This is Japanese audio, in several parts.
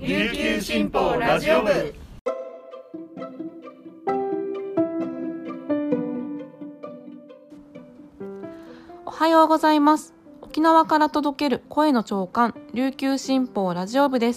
琉球新報ラジオ部。 おはようございます。沖縄から届ける声の朝刊、琉球新報ラジオ部です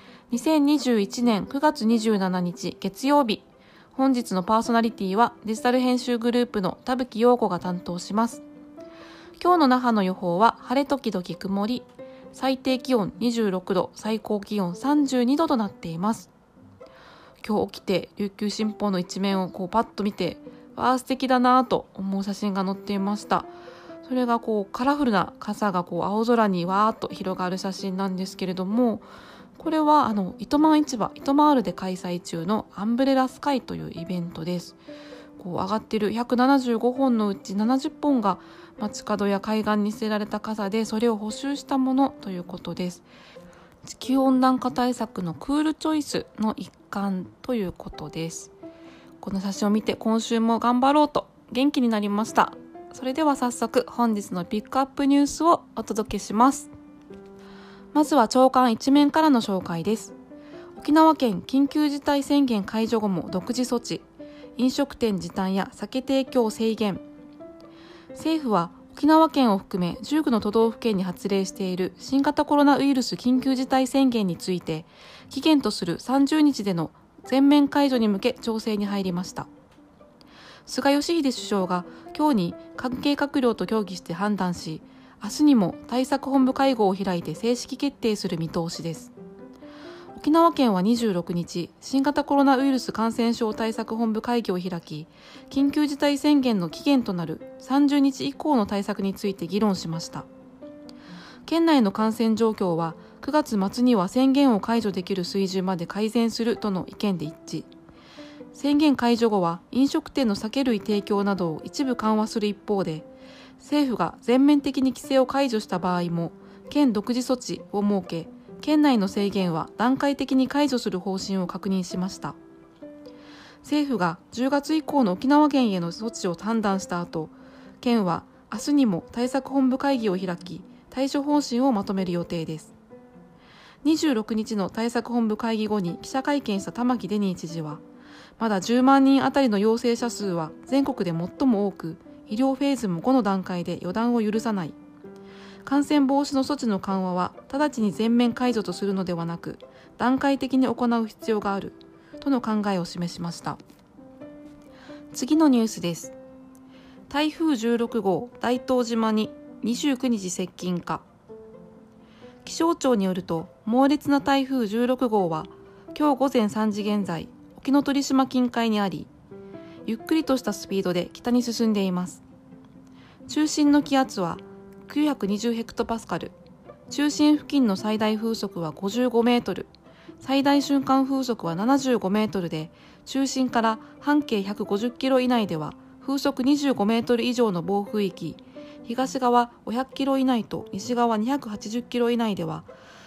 。2021年9月27日月曜日。本日のパーソナリティはデジタル編集グループの田吹陽子が担当します。今日の那覇の予報は晴れ時々曇り、最低気温26度、最高気温32度となっています。今日起きて琉球新報の一面をパッと見て、素敵だなと思う写真が載っていました。それがカラフルな傘が青空にわーっと広がる写真なんですけれども、これは糸満市場糸満ールで開催中のアンブレラスカイというイベントです。上がっている175本のうち70本が街角や海岸に捨てられた傘で、それを補修したものということです。地球温暖化対策のクールチョイスの一環ということです。この写真を見て今週も頑張ろうと元気になりました。それでは早速本日のピックアップニュースをお届けします。まずは朝刊一面からの紹介です。沖縄県緊急事態宣言解除後も独自措置、飲食店時短や酒提供制限。政府は沖縄県を含め19の都道府県に発令している新型コロナウイルス緊急事態宣言について、期限とする30日での全面解除に向け調整に入りました。菅義偉首相が今日に関係閣僚と協議して判断し、明日にも対策本部会合を開いて正式決定する見通しです。沖縄県は26日、新型コロナウイルス感染症対策本部会議を開き、緊急事態宣言の期限となる30日以降の対策について議論しました。県内の感染状況は9月末には宣言を解除できる水準まで改善するとの意見で一致。宣言解除後は飲食店の酒類提供などを一部緩和する一方で、政府が全面的に規制を解除した場合も県独自措置を設け、県内の制限は段階的に解除する方針を確認しました。政府が10月以降の沖縄県への措置を判断した後、県は明日にも対策本部会議を開き、対処方針をまとめる予定です。26日の対策本部会議後に記者会見した玉城デニー知事は、まだ10万人あたりの陽性者数は全国で最も多く、医療フェーズも5の段階で予断を許さない。感染防止の措置の緩和は直ちに全面解除とするのではなく、段階的に行う必要があるとの考えを示しました。次のニュースです。台風16号大東島に29日接近か。気象庁によると、猛烈な台風16号は今日午前3時現在、沖ノ鳥島近海にあり、ゆっくりとしたスピードで北に進んでいます。中心の気圧は920ヘクトパスカル、中心付近の最大風速は55メートル、最大瞬間風速は75メートルで、中心から半径150キロ以内では風速25メートル以上の暴風域、東側500キロ以内と西側280キロ以内では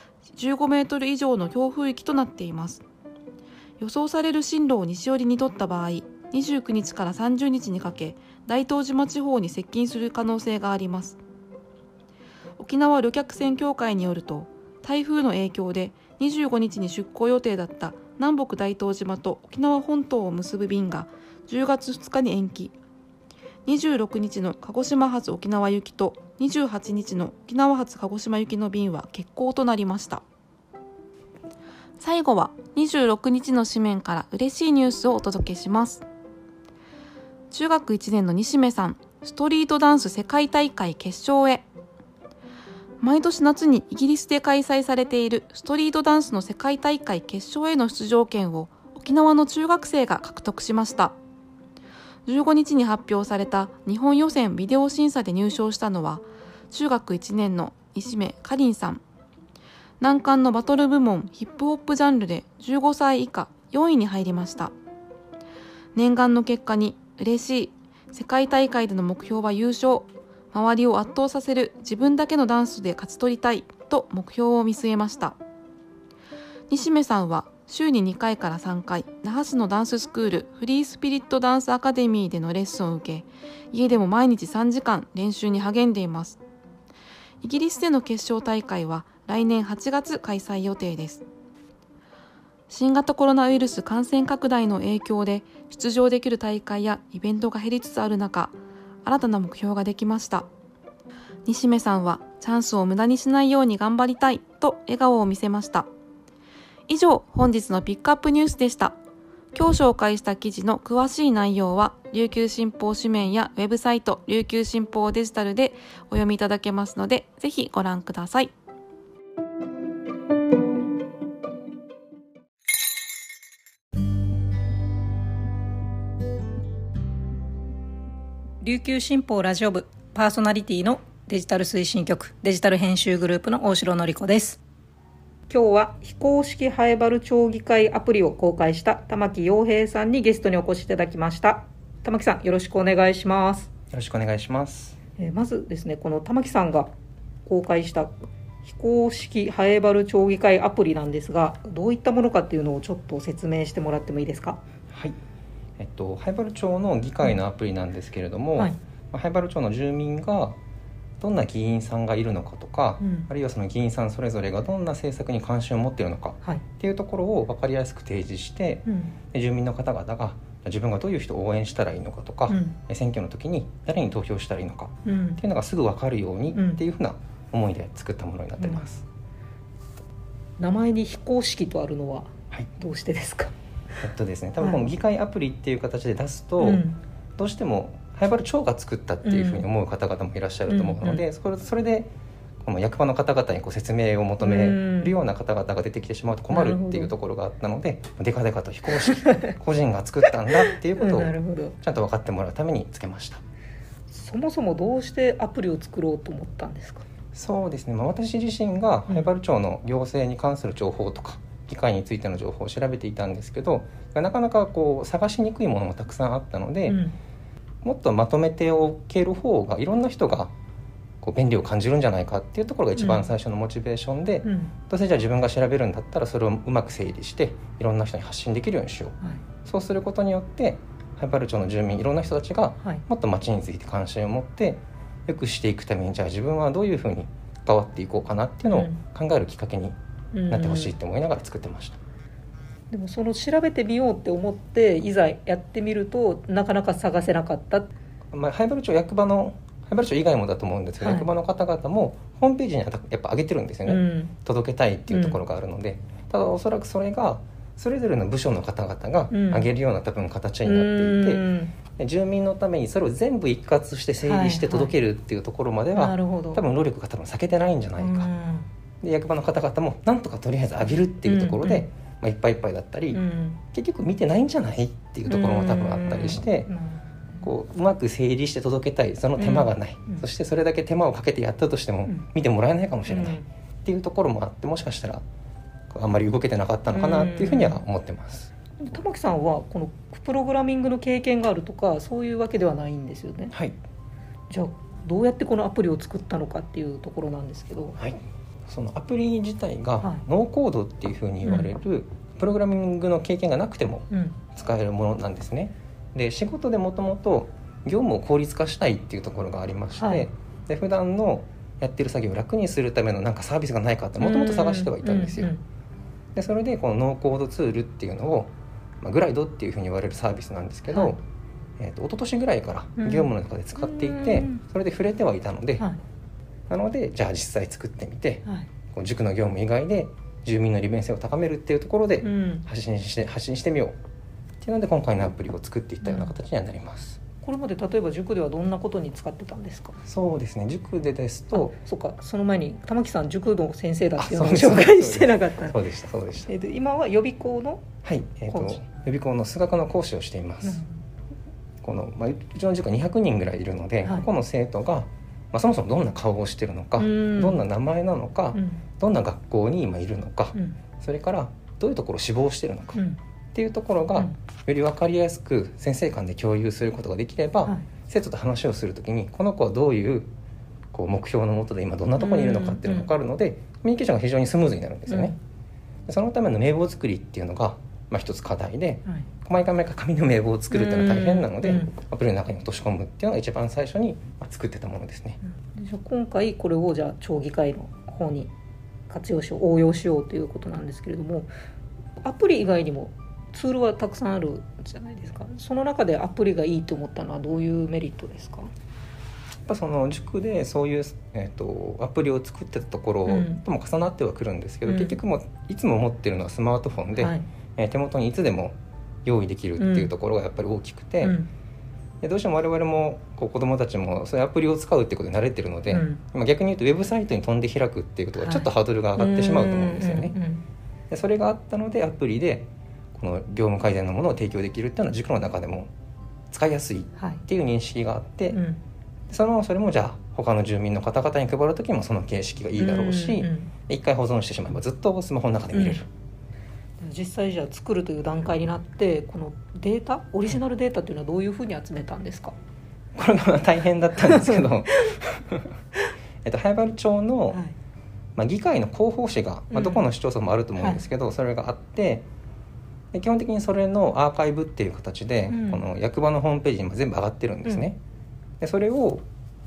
15メートル以上の強風域となっています。予想される進路を西寄りに取った場合、29日から30日にかけ大東島地方に接近する可能性があります。沖縄旅客船協会によると、台風の影響で25日に出港予定だった南北大東島と沖縄本島を結ぶ便が10月2日に延期、26日の鹿児島発沖縄行きと28日の沖縄発鹿児島行きの便は欠航となりました。最後は26日の紙面から嬉しいニュースをお届けします。中学1年の西目さん、ストリートダンス世界大会決勝へ。毎年夏にイギリスで開催されているストリートダンスの世界大会決勝への出場権を沖縄の中学生が獲得しました。15日に発表された日本予選ビデオ審査で入賞したのは、中学1年の西目かりんさん。難関のバトル部門ヒップホップジャンルで15歳以下4位に入りました。念願の結果に嬉しい。世界大会での目標は優勝。周りを圧倒させる自分だけのダンスで勝ち取りたいと目標を見据えました。西目さんは週に2回から3回、那覇市のダンススクールフリースピリットダンスアカデミーでのレッスンを受け、家でも毎日3時間練習に励んでいます。イギリスでの決勝大会は来年8月開催予定です。 新型コロナウイルス感染拡大の影響で出場できる大会やイベントが減りつつある中、新たな目標ができました。西目さんはチャンスを無駄にしないように頑張りたいと笑顔を見せました。以上、本日のピックアップニュースでした。今日紹介した記事の詳しい内容は琉球新報紙面やウェブサイト琉球新報デジタルでお読みいただけますので、ぜひご覧ください。 琉球新報ラジオ部パーソナリティのデジタル推進局デジタル編集グループの大城典子です。今日は非公式ハエバル町議会アプリを公開した玉木陽平さんにゲストにお越しいただきました。玉木さん、よろしくお願いします。 よろしくお願いします。 まずですね、この玉木さんが公開した非公式ハエバル町議会アプリなんですが、どういったものかっていうのをちょっと説明してもらってもいいですか？ はい、ハエバル町の議会のアプリなんですけれども、ハエバル町の住民がどんな議員さんがいるのかとか、あるいはその議員さんそれぞれがどんな政策に関心を持っているのかっていうところを分かりやすく提示して、住民の方々が自分がどういう人を応援したらいいのかとか、選挙の時に誰に投票したらいいのかっていうのがすぐ分かるようにっていうふうな思いで作ったものになっています。 名前に非公式とあるのはどうしてですか？ ですね、多分この議会アプリっていう形で出すと、どうしてもハエバル町が作ったっていうふうに思う方々もいらっしゃると思うので、それでこの役場の方々に説明を求めるような方々が出てきてしまうと困るっていうところがあったので、デカデカと非公式個人が作ったんだっていうことをちゃんと分かってもらうためにつけました。 そもそもどうしてアプリを作ろうと思ったんですか？ そうですね、私自身がハエバル町の行政に関する情報とか議会についての情報を調べていたんですけど、なかなか探しにくいものもたくさんあったので、もっとまとめておける方がいろんな人が便利を感じるんじゃないかっていうところが一番最初のモチベーションで、どうせじゃあ自分が調べるんだったらそれをうまく整理していろんな人に発信できるようにしよう、そうすることによってハエバル町の住民いろんな人たちがもっと町について関心を持ってよくしていくために、じゃあ自分はどういうふうに関わっていこうかなっていうのを考えるきっかけになってほしいって思いながら作ってました。 でもその調べてみようって思っていざやってみるとなかなか探せなかった。 ハエバル町役場のハエバル町以外もだと思うんですけど、役場の方々もホームページにはやっぱ上げてるんですよね、届けたいっていうところがあるので、ただおそらくそれがそれぞれの部署の方々が上げるような多分形になっていて、で住民のためにそれを全部一括して整理して届けるっていうところまでは、多分労力が避けてないんじゃないか、で役場の方々もなんとかとりあえず上げるっていうところで、いっぱいいっぱいだったり、結局見てないんじゃないっていうところも多分あったりして、うまく整理して届けたい、その手間がない、そしてそれだけ手間をかけてやったとしても見てもらえないかもしれないっていうところもあって、もしかしたらあんまり動けてなかったのかなっていうふうには思ってます。 玉木さんはこのプログラミングの経験があるとかそういうわけではないんですよね。 はい。 じゃあどうやってこのアプリを作ったのかっていうところなんですけど、 そのアプリ自体がノーコードっていうふうに言われる、プログラミングの経験がなくても使えるものなんですね。で仕事でもともと業務を効率化したいっていうところがありまして、で普段のやってる作業を楽にするためのなんかサービスがないかってもともと探してはいたんですよ。でそれでこのノーコードツールっていうのを、グライドっていうふうに言われるサービスなんですけど、一昨年ぐらいから業務の中で使っていて、それで触れてはいたので、なのでじゃあ実際作ってみて、こう塾の業務以外で住民の利便性を高めるっていうところで発信してみようっていうので今回のアプリを作っていったような形にはなります。 これまで例えば塾ではどんなことに使ってたんですか？ そうですね、塾でですと、 その前に玉木さん塾の先生だっていうのを紹介してなかった。 そうでした。 今は予備校の予備校の数学の講師をしています。このうちの塾は200人ぐらいいるので、ここの生徒が、そもそもどんな顔をしているのか、どんな名前なのか、どんな学校に今いるのか、それからどういうところを志望しているのか、っていうところがより分かりやすく先生間で共有することができれば、生徒と話をするときにこの子はどういう目標のもとで今どんなところにいるのかっていうのが分かるので、コミュニケーションが非常にスムーズになるんですよね。そのための名簿作りっていうのが一つ課題で、毎回紙の名簿を作るっていうのは大変なので、アプリの中に落とし込むっていうのが一番最初に作ってたものですね。 今回これをじゃあ町議会の方に応用しようということなんですけれども、 アプリ以外にもツールはたくさんあるじゃないですか。その中でアプリがいいと思ったのはどういうメリットですか？ やっぱその塾でそういう、アプリを作ってたところとも重なってはくるんですけど、結局もういつも持ってるのはスマートフォンで、手元にいつでも用意できるっていうところがやっぱり大きくて、でどうしても我々も子どもたちもそういうアプリを使うってことに慣れてるので、逆に言うとウェブサイトに飛んで開くっていうことがちょっとハードルが上がってしまうと思うんですよね。でそれがあったのでアプリでこの業務改善のものを提供できるっていうのは塾の中でも使いやすいっていう認識があって、それもじゃあ他の住民の方々に配る時もその形式がいいだろうし、一回保存してしまえばずっとスマホの中で見れる、 実際じゃあ作るという段階になってこのデータオリジナルデータというのはどういうふうに集めたんですか？ これが大変だったんですけど早原町の、議会の広報誌が、どこの市町村もあると思うんですけど、それがあってで基本的にそれのアーカイブっていう形で、この役場のホームページにも全部上がってるんですね。でそれを、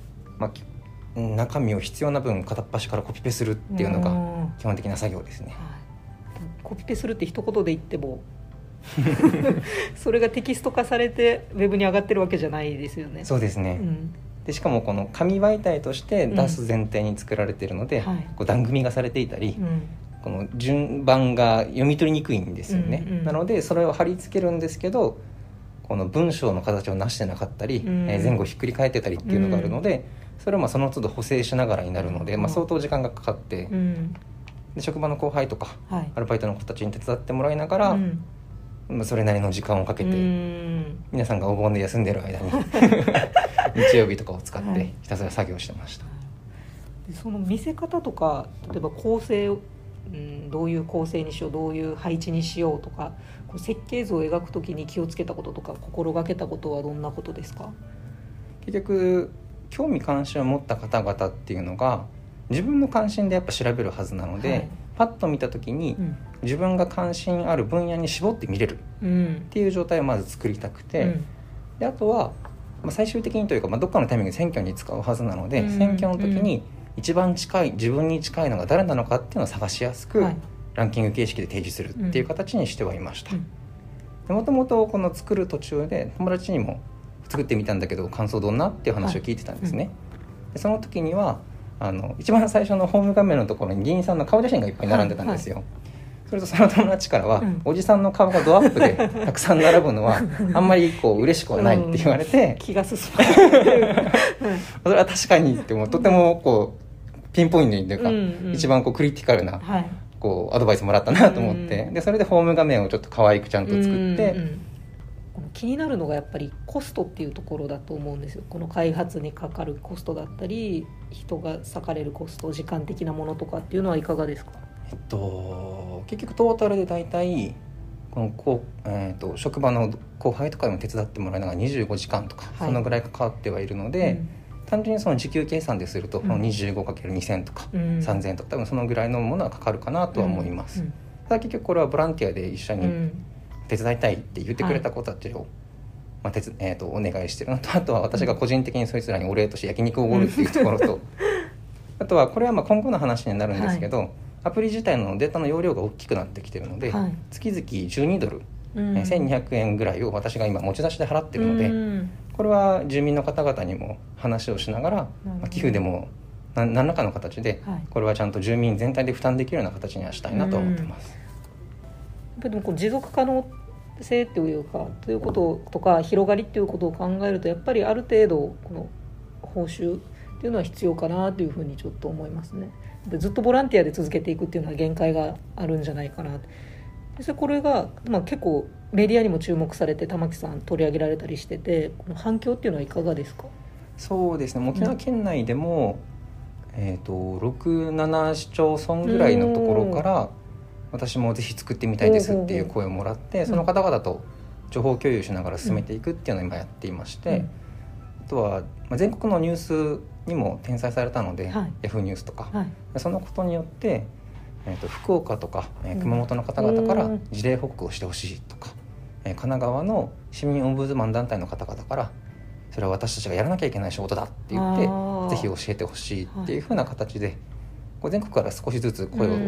中身を必要な分片っ端からコピペするっていうのが基本的な作業ですね。 コピペするって一言で言ってもそれがテキスト化されてウェブに上がってるわけじゃないですよね。 そうですね、でしかもこの紙媒体として出す前提に作られているので、こう段組みがされていたり、この順番が読み取りにくいんですよね、なのでそれを貼り付けるんですけどこの文章の形をなしてなかったり、前後ひっくり返ってたりっていうのがあるので、それはその都度補正しながらになるので、相当時間がかかって、で職場の後輩とか、アルバイトの子たちに手伝ってもらいながら、それなりの時間をかけて、皆さんがお盆で休んでる間に日曜日とかを使ってひたすら作業してました。 その見せ方とか例えば構成をどういう構成にしようどういう配置にしようとか設計図を描くときに気をつけたこととか心がけたことはどんなことですか？ 結局興味関心を持った方々っていうのが自分の関心でやっぱ調べるはずなので、パッと見たときに、自分が関心ある分野に絞って見れるっていう状態をまず作りたくて、であとは、最終的にというか、どっかのタイミングで選挙に使うはずなので、選挙の時に一番近い自分に近いのが誰なのかっていうのを探しやすく、ランキング形式で提示するっていう形にしてはいました。もともとこの作る途中で友達にも作ってみたんだけど感想どんなっていう話を聞いてたんですね。でその時には一番最初のホーム画面のところに議員さんの顔写真がいっぱい並んでたんですよ。それとその友達からは、おじさんの顔がドアップでたくさん並ぶのはあんまり嬉しくはないって言われて、 気が進むそれは確かにってとてもピンポイントにというか、一番クリティカルなアドバイスもらったなと思って、でそれでホーム画面をちょっと可愛くちゃんと作って、 気になるのがやっぱりコストっていうところだと思うんですよ。この開発にかかるコストだったり人が割かれるコスト時間的なものとかっていうのはいかがですか？ 結局トータルでだいたい職場の後輩とかにも手伝ってもらいながら25時間とか、そのぐらいかかってはいるので、単純にその時給計算ですると、25×2000 とか、3000とか多分そのぐらいのものはかかるかなとは思います。ただ結局これはボランティアで一緒に手伝いたいって言ってくれた子たちを、お願いしてるのと、あとは私が個人的にそいつらにお礼として焼肉をおごるっていうところとあとはこれは今後の話になるんですけど、アプリ自体のデータの容量が大きくなってきてるので、月々12ドル、1200円ぐらいを私が今持ち出しで払ってるので、これは住民の方々にも話をしながら、寄付でも何らかの形で、これはちゃんと住民全体で負担できるような形にはしたいなと思ってます。 やっぱり持続可能性ということとか広がりっていうことを考えると、やっぱりある程度この報酬っていうのは必要かなというふうにちょっと思いますね。ずっとボランティアで続けていくっていうのは限界があるんじゃないかな。そこれが、結構メディアにも注目されて玉木さん取り上げられたりしてて、この反響っていうのはいかがですか？ そうですね、沖縄県内でも、6、7市町村ぐらいのところから私もぜひ作ってみたいですっていう声をもらって、その方々と情報共有しながら進めていくっていうのを今やっていまして、あとは全国のニュースにも転載されたので、ヤフーニュースとか、そのことによって、福岡とか、熊本の方々から事例報告をしてほしいとか、神奈川の市民オンブズマン団体の方々からそれは私たちがやらなきゃいけない仕事だって言ってぜひ教えてほしいっていう風な形で、全国から少しずつ声を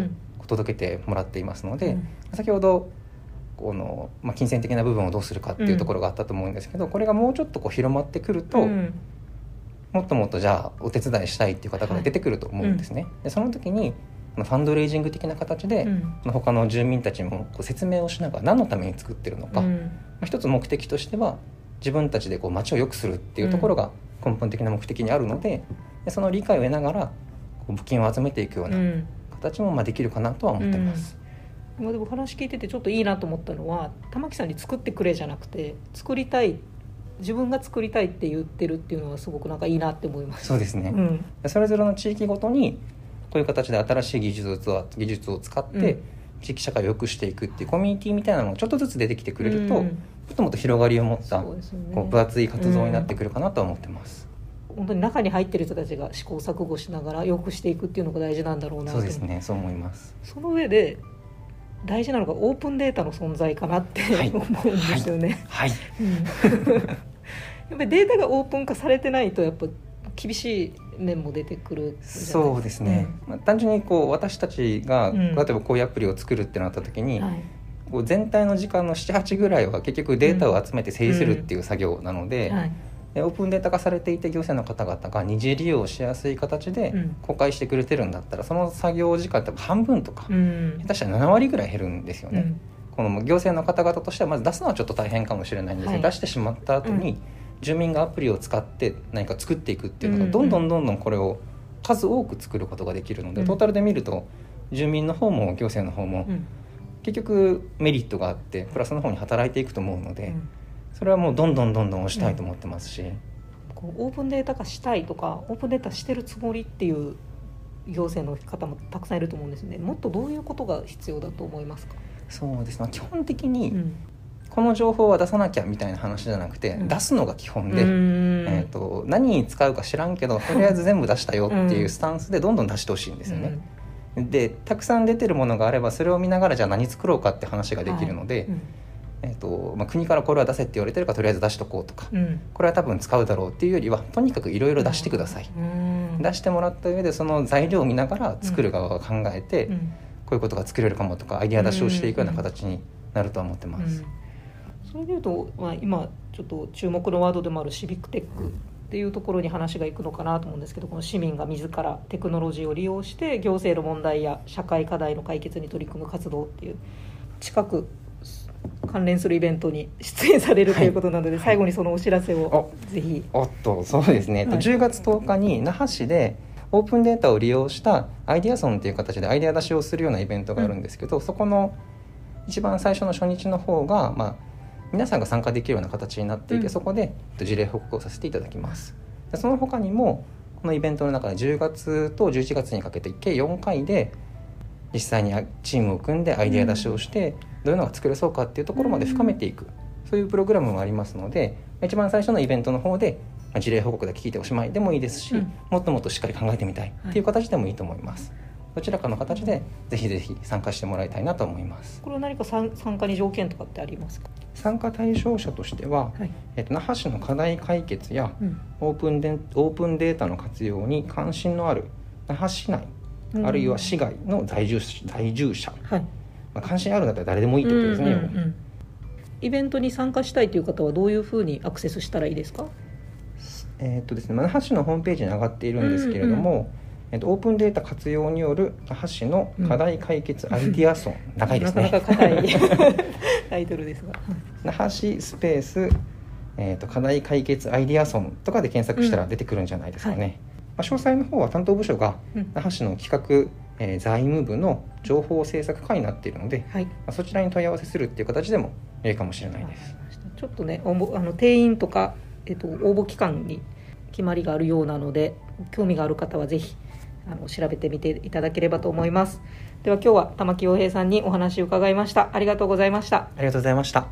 届けてもらっていますので、先ほどこの、金銭的な部分をどうするかっていうところがあったと思うんですけど、これがもうちょっと広まってくると、もっともっとじゃあお手伝いしたいっていう方が出てくると思うんですね。でその時にファンドレイジング的な形で、他の住民たちも説明をしながら何のために作ってるのか、一つ目的としては自分たちで街を良くするっていうところが根本的な目的にあるので、その理解を得ながら募金を集めていくような形もできるかなとは思ってます。 でも話聞いててちょっといいなと思ったのは、玉木さんに作ってくれじゃなくて作りたい、自分が作りたいって言ってるっていうのはすごくいいなって思います。 そうですね、それぞれの地域ごとにこういう形で新しい技術を使って地域社会を良くしていくっていうコミュニティみたいなのがちょっとずつ出てきてくれると、もっともっと広がりを持ったこう分厚い活動になってくるかなとは思ってます。 本当に中に入ってる人たちが試行錯誤しながら良くしていくっていうのが大事なんだろうなと。 そうですね、そう思います。 その上で大事なのがオープンデータの存在かなって、思うんですよね。やっぱりデータがオープン化されてないとやっぱ厳しい面も出てくる。 そうですね、単純に私たちが、例えばこういうアプリを作るってなった時に、全体の時間の 7,8 ぐらいは結局データを集めて整理するっていう作業なので、オープンデータ化されていて行政の方々が二次利用しやすい形で公開してくれてるんだったら、その作業時間って半分とか、下手したら7割ぐらい減るんですよね。この行政の方々としてはまず出すのはちょっと大変かもしれないんですけど、出してしまった後に住民がアプリを使って何か作っていくっていうのがどんどんこれを数多く作ることができるので、トータルで見ると住民の方も行政の方も結局メリットがあってプラスの方に働いていくと思うので、それはもうどんどん押したいと思ってますし、 オープンデータ化したいとかオープンデータしてるつもりっていう行政の方もたくさんいると思うんですね。もっとどういうことが必要だと思いますか？ そうですね、基本的にこの情報は出さなきゃみたいな話じゃなくて、出すのが基本で、何に使うか知らんけどとりあえず全部出したよっていうスタンスでどんどん出してほしいんですよね。でたくさん出てるものがあればそれを見ながらじゃあ何作ろうかって話ができるので、国からこれは出せって言われてるからとりあえず出しとこうとか、これは多分使うだろうっていうよりはとにかくいろいろ出してください、出してもらった上でその材料を見ながら作る側が考えて、こういうことが作れるかもとかアイデア出しをしていくような形になるとは思ってます。 それでいうと、今ちょっと注目のワードでもあるシビックテックっていうところに話がいくのかなと思うんですけど、この市民が自らテクノロジーを利用して行政の問題や社会課題の解決に取り組む活動っていう、近く関連するイベントに出演されるということなので、最後にそのお知らせをぜひ。 そうですね、10月10日に那覇市でオープンデータを利用したアイデアソンという形でアイデア出しをするようなイベントがあるんですけど、そこの一番最初の初日の方が、皆さんが参加できるような形になっていて、そこで事例報告をさせていただきます。でその他にもこのイベントの中で10月と11月にかけて計4回で実際にチームを組んでアイデア出しをして、どういうのが作れそうかっていうところまで深めていく、そういうプログラムもありますので、一番最初のイベントの方で事例報告だけ聞いておしまいでもいいですし、もっともっとしっかり考えてみたいっていう形でもいいと思います。どちらかの形でぜひぜひ参加してもらいたいなと思います。 これは何か参加に条件とかってありますか？ 参加対象者としては、那覇市の課題解決や、オープンデータの活用に関心のある那覇市内、あるいは市外の在住者、関心あるんだったら誰でもいいってことですね。 イベントに参加したいという方はどういうふうにアクセスしたらいいですか？ ですね、那覇市のホームページに上がっているんですけれども、オープンデータ活用による那覇市の課題解決アイデアソン、長いですね。 なかなか硬いタイトルですが、 那覇市スペース、課題解決アイデアソンとかで検索したら出てくるんじゃないですかね。詳細の方は担当部署が那覇市の企画、財務部の情報政策課になっているので、そちらに問い合わせするっていう形でもいいかもしれないです。 ちょっとね、定員とか、応募期間に決まりがあるようなので、興味がある方はぜひ調べてみていただければと思います。では今日は玉木陽平さんにお話を伺いました。ありがとうございました。 ありがとうございました。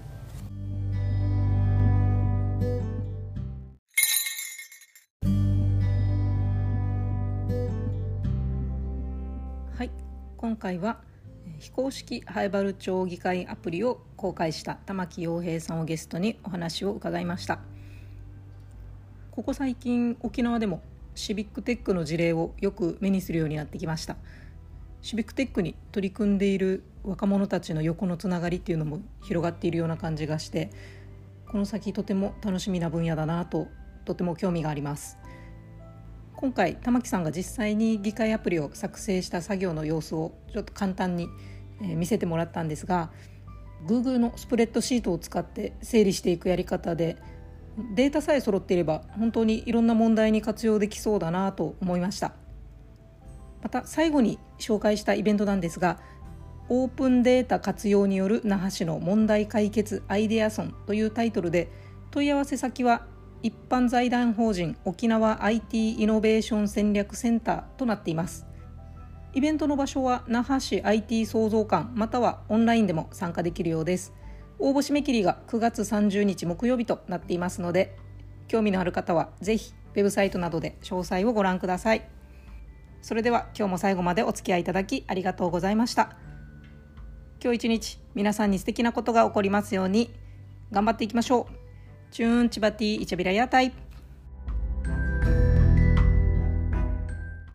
はい、今回は非公式灰原町議会アプリを公開した玉木陽平さんをゲストにお話を伺いました。ここ最近沖縄でもシビックテックの事例をよく目にするようになってきました。 シビックテックに取り組んでいる若者たちの横のつながりっていうのも広がっているような感じがして、この先とても楽しみな分野だなととても興味があります。今回玉木さんが実際に議会アプリを作成した作業の様子をちょっと簡単に見せてもらったんですが、 Google のスプレッドシートを使って整理していくやり方で、データさえ揃っていれば本当にいろんな問題に活用できそうだなと思いました。また最後に紹介したイベントなんですが、オープンデータ活用による那覇市の問題解決アイデアソンというタイトルで、問い合わせ先は一般財団法人沖縄 IT イノベーション戦略センターとなっています。イベントの場所は那覇市 IT 創造館またはオンラインでも参加できるようです。応募締め切りが9月30日木曜日となっていますので、興味のある方はぜひウェブサイトなどで詳細をご覧ください。それでは今日も最後までお付き合いいただきありがとうございました。今日一日皆さんに素敵なことが起こりますように頑張っていきましょう。チューンチバティイチャビラヤタイ。